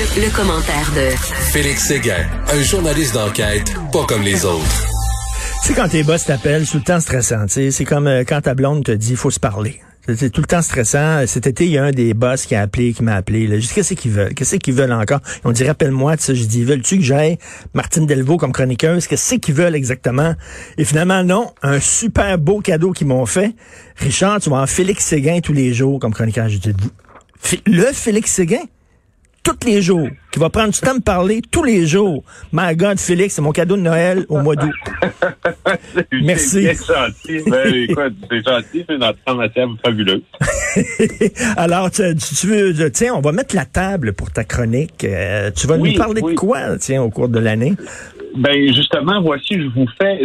Le commentaire de Félix Séguin, un journaliste d'enquête pas comme les autres. Tu sais, quand tes boss t'appellent, c'est tout le temps stressant. Tu sais, c'est comme quand ta blonde te dit, faut se parler. C'est tout le temps stressant. Cet été, il y a un des boss qui m'a appelé. Là. Je dis, qu'est-ce qu'ils veulent? Qu'est-ce qu'ils veulent encore? Ils ont dit, rappelle-moi, tu sais, je dis, veux-tu que j'aille Martine Delvaux comme chroniqueuse? Qu'est-ce qu'ils veulent exactement? Et finalement, non. Un super beau cadeau qu'ils m'ont fait. Richard, tu vas avoir Félix Séguin tous les jours comme chroniqueur. Je dis, le Félix Séguin? Tous les jours, qui va prendre du temps de parler tous les jours. My God, Félix, c'est mon cadeau de Noël au mois d'août. Merci. C'est gentil. Écoute, c'est gentil, c'est notre matière fabuleuse. Alors, tu veux, tiens, on va mettre la table pour ta chronique. Tu vas nous parler de quoi, tiens, au cours de l'année? Ben justement, voici, je vous fais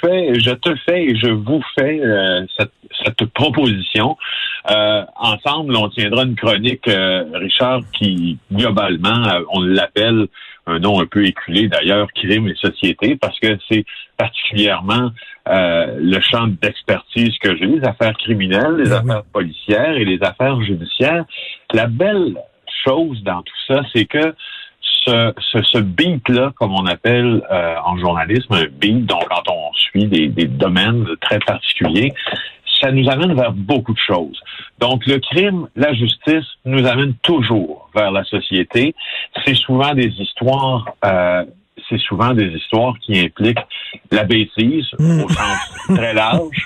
cette proposition. Ensemble, on tiendra une chronique, Richard, qui globalement, on l'appelle un nom un peu éculé d'ailleurs, Crime et Société, parce que c'est particulièrement le champ d'expertise que j'ai, les affaires criminelles, les affaires policières et les affaires judiciaires. La belle chose dans tout ça, c'est que ce beat-là, comme on appelle en journalisme, un beat, donc quand on suit des domaines très particuliers, ça nous amène vers beaucoup de choses. Donc, le crime, la justice nous amène toujours vers la société. C'est souvent des histoires qui impliquent la bêtise au sens très large.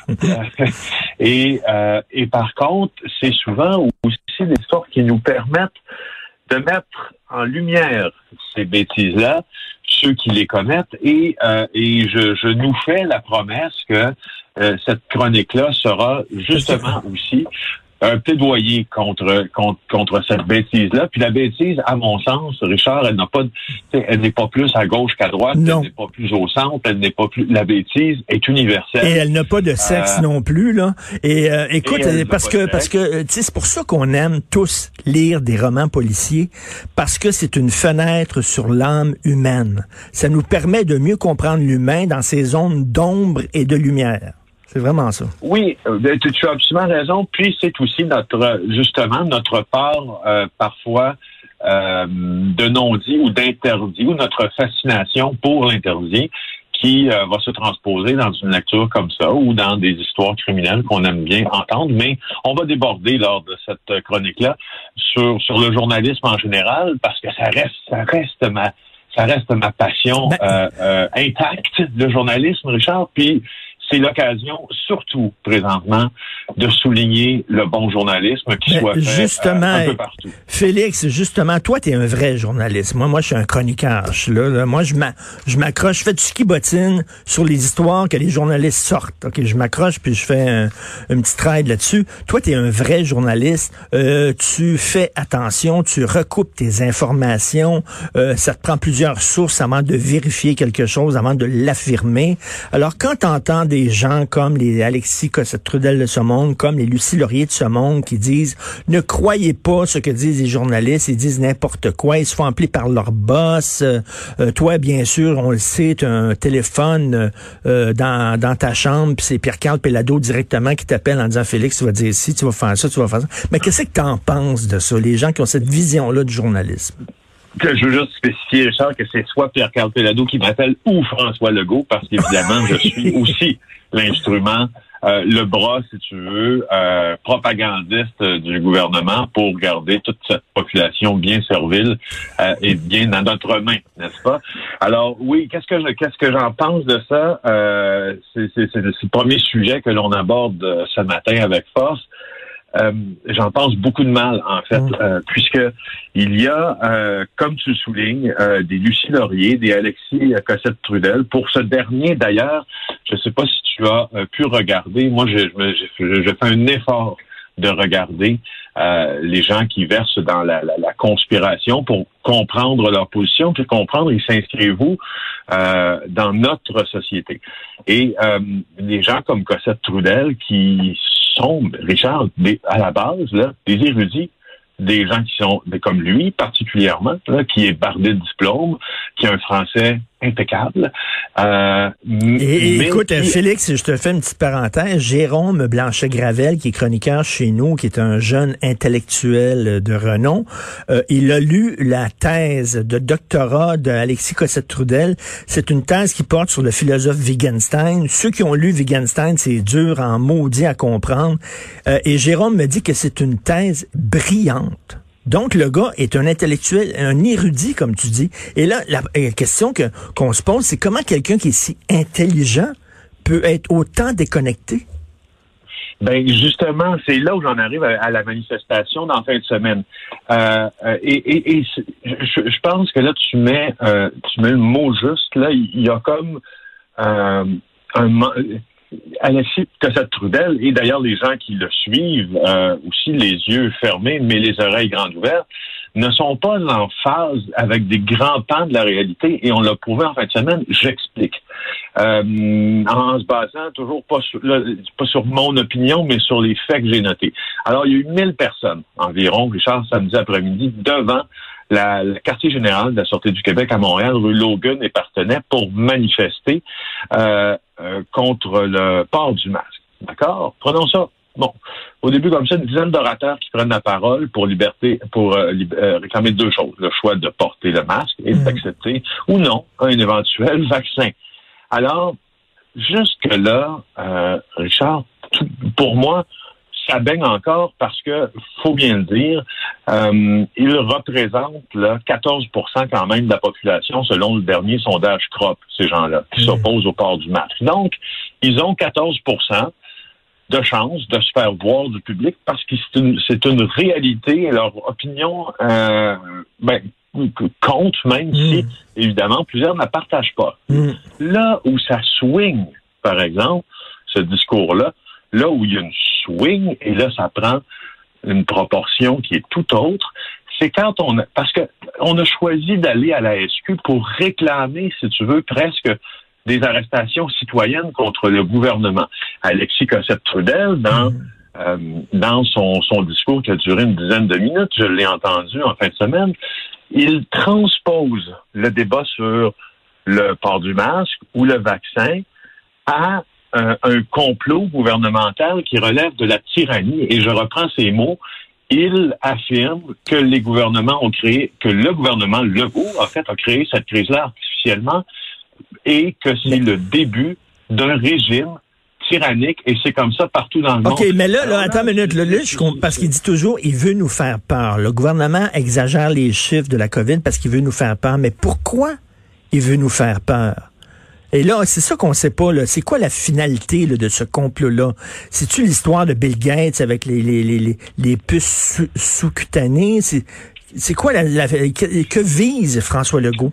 Et par contre, c'est souvent aussi des histoires qui nous permettent de mettre en lumière ces bêtises-là, ceux qui les commettent, et je nous fais la promesse que cette chronique-là sera justement aussi un plaidoyer contre cette bêtise-là. Puis la bêtise, à mon sens, Richard, elle n'est pas plus à gauche qu'à droite, non. Elle n'est pas plus au centre, elle n'est pas plus. La bêtise est universelle. Et elle n'a pas de sexe non plus, là. Et écoute, parce que tu sais, c'est pour ça qu'on aime tous lire des romans policiers, parce que c'est une fenêtre sur l'âme humaine. Ça nous permet de mieux comprendre l'humain dans ses zones d'ombre et de lumière. C'est vraiment ça. Oui, tu as absolument raison. Puis c'est aussi notre part parfois de non-dit ou d'interdit, ou notre fascination pour l'interdit qui va se transposer dans une lecture comme ça ou dans des histoires criminelles qu'on aime bien entendre. Mais on va déborder lors de cette chronique-là sur le journalisme en général, parce que ça reste ma passion intacte, le journalisme, Richard. Puis c'est l'occasion, surtout présentement, de souligner le bon journalisme qui soit fait un peu partout. Félix, justement, toi, t'es un vrai journaliste. Moi, je suis un chroniqueur. Moi, je m'accroche, je fais du ski-bottine sur les histoires que les journalistes sortent. Ok, je m'accroche puis je fais une petite ride là-dessus. Toi, t'es un vrai journaliste. Tu fais attention, tu recoupes tes informations. Ça te prend plusieurs sources avant de vérifier quelque chose, avant de l'affirmer. Alors, quand t'entends des gens comme les Alexis Cossette-Trudel de ce monde, comme les Lucie Laurier de ce monde qui disent « Ne croyez pas ce que disent les journalistes, ils disent n'importe quoi, ils se font appeler par leur boss. Toi, bien sûr, on le sait, tu as un téléphone dans ta chambre, puis c'est Pierre-Carl Péladeau directement qui t'appelle en disant « Félix, tu vas dire ci, tu vas faire ça, tu vas faire ça. » Mais qu'est-ce que tu en penses de ça, les gens qui ont cette vision-là du journalisme? Je veux juste spécifier, Richard, que c'est soit Pierre-Carl Péladeau qui m'appelle ou François Legault, parce qu'évidemment, je suis aussi l'instrument, le bras, si tu veux, propagandiste du gouvernement pour garder toute cette population bien servile et bien dans notre main, n'est-ce pas? Alors oui, qu'est-ce que j'en pense de ça? C'est le premier sujet que l'on aborde ce matin avec force. J'en pense beaucoup de mal, en fait, puisque il y a, comme tu le soulignes, des Lucie Laurier, des Alexis Cossette-Trudel. Pour ce dernier, d'ailleurs, je ne sais pas si tu as pu regarder. Moi, je fais un effort de regarder les gens qui versent dans la conspiration pour comprendre leur position, puis comprendre ils s'inscrivent où dans notre société. Et les gens comme Cossette-Trudel qui sont, Richard, à la base, là, des érudits, des gens qui sont comme lui particulièrement, là, qui est bardé de diplômes, qui a un français impeccable. Écoute, Félix, je te fais une petite parenthèse. Jérôme Blanchet-Gravel, qui est chroniqueur chez nous, qui est un jeune intellectuel de renom, il a lu la thèse de doctorat d'Alexis Cossette-Trudel. C'est une thèse qui porte sur le philosophe Wittgenstein. Ceux qui ont lu Wittgenstein, c'est dur en maudit à comprendre. Et Jérôme me dit que c'est une thèse brillante. Donc, le gars est un intellectuel, un érudit, comme tu dis. Et là, la question qu'on se pose, c'est comment quelqu'un qui est si intelligent peut être autant déconnecté? Ben justement, c'est là où j'en arrive à la manifestation dans la fin de semaine. Je pense que là, tu mets le mot juste. Là, il y a comme Alexis Cossette-Trudel et d'ailleurs les gens qui le suivent aussi les yeux fermés mais les oreilles grandes ouvertes ne sont pas en phase avec des grands pans de la réalité et on l'a prouvé en fin de semaine. J'explique. En se basant toujours pas sur mon opinion mais sur les faits que j'ai notés. Alors il y a eu 1000 personnes environ, Richard, samedi après-midi devant le quartier général de la Sûreté du Québec à Montréal, rue Logan et Partenay, pour manifester contre le port du masque. D'accord? Prenons ça. Bon, au début, comme ça, une dizaine d'orateurs qui prennent la parole pour réclamer deux choses. Le choix de porter le masque et d'accepter ou non un éventuel vaccin. Alors, jusque-là, Richard, pour moi, ça baigne encore parce que, faut bien le dire, il représente là, 14% quand même de la population selon le dernier sondage CROP, ces gens-là, qui s'opposent au port du masque. Donc, ils ont 14% de chance de se faire voir du public parce que c'est une réalité et leur opinion compte, même si, évidemment, plusieurs ne la partagent pas. Là où ça swing, par exemple, ce discours-là, là où il y a une swing, et là, ça prend une proportion qui est tout autre, c'est quand parce que on a choisi d'aller à la SQ pour réclamer, si tu veux, presque des arrestations citoyennes contre le gouvernement. Alexis Cossette-Trudel, dans son discours qui a duré une dizaine de minutes, je l'ai entendu en fin de semaine, il transpose le débat sur le port du masque ou le vaccin à un complot gouvernemental qui relève de la tyrannie. Et je reprends ces mots. Il affirme que les gouvernements que le gouvernement Legault, en fait, a créé cette crise-là artificiellement et que c'est le début d'un régime tyrannique et c'est comme ça partout dans le monde. OK, mais là, attends une minute. Parce qu'il dit toujours, il veut nous faire peur. Le gouvernement exagère les chiffres de la COVID parce qu'il veut nous faire peur. Mais pourquoi il veut nous faire peur? Et là, c'est ça qu'on sait pas, là. C'est quoi la finalité là, de ce complot-là? C'est-tu l'histoire de Bill Gates avec les puces sous-cutanées? C'est quoi que vise François Legault?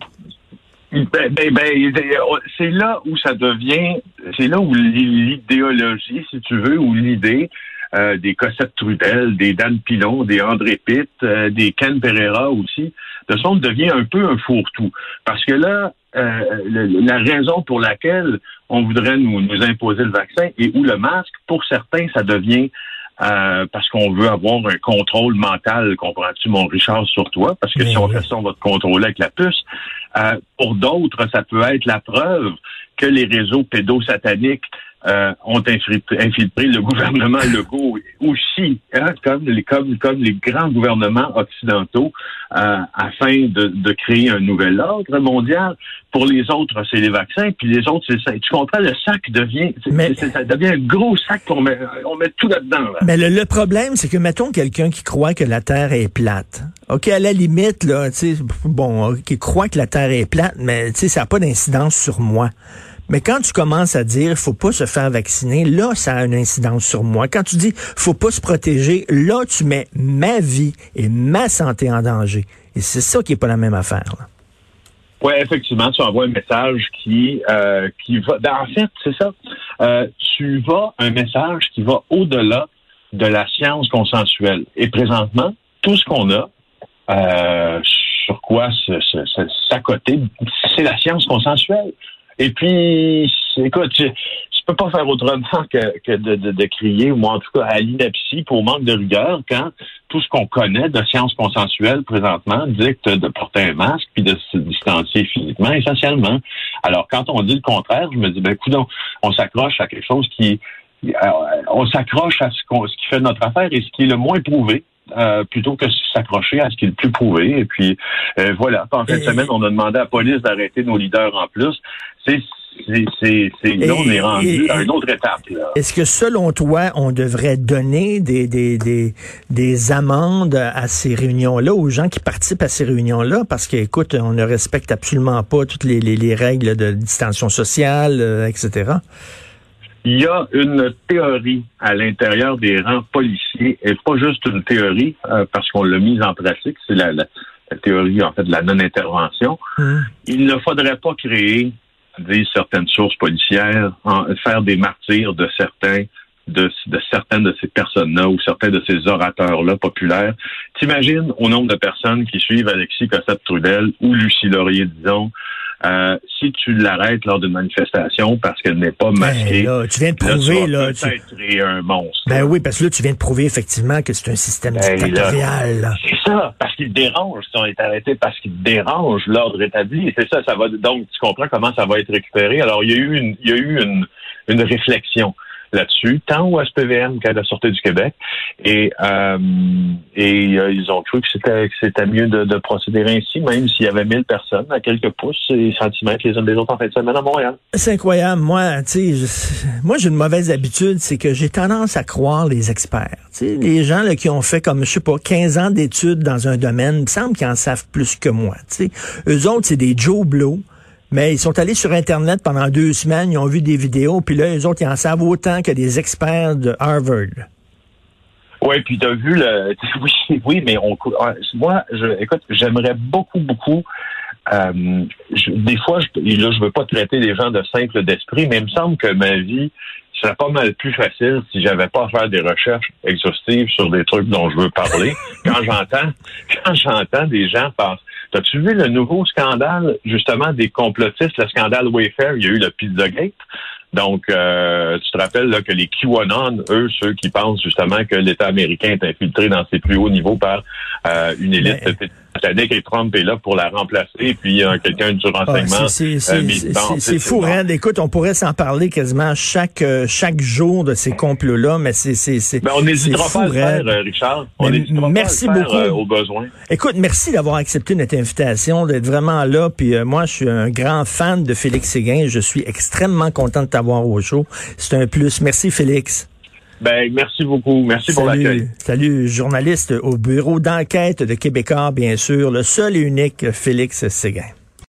C'est là où ça devient, c'est là où l'idéologie, si tu veux, ou l'idée des Cossette-Trudel, des Dan Pilon, des André Pitt, des Ken Pereira aussi, devient un peu un fourre-tout. Parce que là, la raison pour laquelle on voudrait nous imposer le vaccin et ou le masque, pour certains, ça devient parce qu'on veut avoir un contrôle mental, comprends-tu, mon Richard, sur toi? Parce que si on fait ça, on va te contrôler avec la puce. Pour d'autres, ça peut être la preuve que les réseaux pédosataniques ont infiltré le gouvernement Legault aussi, hein, comme les grands gouvernements occidentaux, afin de créer un nouvel ordre mondial. Pour les autres, c'est les vaccins, puis les autres, c'est ça. Tu comprends, le sac ça devient un gros sac qu'on met, on met tout là-dedans. Là. Mais le problème, c'est que, mettons quelqu'un qui croit que la Terre est plate. OK, à la limite, là, tu sais, qui croit que la Terre est plate, mais tu sais, ça n'a pas d'incidence sur moi. Mais quand tu commences à dire faut pas se faire vacciner, là, ça a une incidence sur moi. Quand tu dis faut pas se protéger, là, tu mets ma vie et ma santé en danger. Et c'est ça qui est pas la même affaire. Oui, effectivement, tu envoies un message qui va... en fait, c'est ça. Tu vas un message qui va au-delà de la science consensuelle. Et présentement, tout ce qu'on a, sur quoi s'accoter, c'est la science consensuelle. Et puis, écoute, peux pas faire autrement que de crier, ou en tout cas à l'ineptie, pour manque de rigueur, quand tout ce qu'on connaît de sciences consensuelles présentement dicte de porter un masque puis de se distancier physiquement, essentiellement. Alors, quand on dit le contraire, je me dis, coudonc, on s'accroche à quelque chose on s'accroche à ce qui fait notre affaire et ce qui est le moins prouvé. Plutôt que s'accrocher à ce qui est le plus prouvé. Et puis, voilà. En fin de semaine, on a demandé à la police d'arrêter nos leaders en plus. Là, on est rendu à une autre étape. Là. Est-ce que, selon toi, on devrait donner des amendes à ces réunions-là, aux gens qui participent à ces réunions-là? Parce que, écoute, on ne respecte absolument pas toutes les règles de distanciation sociale, etc. Il y a une théorie à l'intérieur des rangs policiers, et pas juste une théorie, parce qu'on l'a mise en pratique, c'est la théorie, en fait, de la non-intervention. Il ne faudrait pas créer, disent certaines sources policières, faire des martyrs de certaines de ces personnes-là ou certains de ces orateurs-là populaires. T'imagines au nombre de personnes qui suivent Alexis Cossette-Trudel ou Lucie Laurier, disons, si tu l'arrêtes lors d'une manifestation parce qu'elle n'est pas masquée, là, tu viens de prouver, là, tu créer un monstre. Ben oui, parce que là, tu viens de prouver effectivement que c'est un système dictatorial. C'est ça, parce qu'il dérange. Si on est arrêté parce qu'il dérange l'ordre établi, et c'est ça, ça va. Donc, tu comprends comment ça va être récupéré. Alors, il y a eu une réflexion là-dessus, tant au SPVM qu'à la Sûreté du Québec. Et ils ont cru que c'était mieux de procéder ainsi, même s'il y avait 1000 personnes à quelques pouces et centimètres les unes des autres en fin de semaine à Montréal. C'est incroyable. Moi, j'ai une mauvaise habitude, c'est que j'ai tendance à croire les experts. T'sais, les gens là, qui ont fait comme, je sais pas, 15 ans d'études dans un domaine, il me semble qu'ils en savent plus que moi. T'sais. Eux autres, c'est des Joe Blow. Mais ils sont allés sur Internet pendant 2 semaines, ils ont vu des vidéos, puis là, eux autres, ils en savent autant que des experts de Harvard. Oui, puis tu as vu oui, mais écoute, j'aimerais beaucoup, des fois, je veux pas traiter les gens de simples d'esprit, mais il me semble que ma vie serait pas mal plus facile si j'avais pas à faire des recherches exhaustives sur des trucs dont je veux parler. Quand j'entends des gens penser. As-tu vu le nouveau scandale, justement, des complotistes, le scandale Wayfair? Il y a eu le Pizzagate. Donc, tu te rappelles là, que les QAnon, eux, ceux qui pensent justement que l'État américain est infiltré dans ses plus hauts niveaux par une élite satanique, et Trump est là pour la remplacer, puis quelqu'un du renseignement. C'est fou, hein? Écoute, on pourrait s'en parler quasiment chaque jour de ces complots-là, mais on n'hésitera pas à le faire, Richard. On n'hésitera pas à le faire au besoin. Écoute, merci d'avoir accepté notre invitation, d'être vraiment là, puis moi, je suis un grand fan de Félix Séguin. Je suis extrêmement content de t'avoir au show. C'est un plus. Merci, Félix. Merci beaucoup. Merci pour l'accueil. Salut, journaliste au bureau d'enquête de Québécois, bien sûr, le seul et unique Félix Séguin.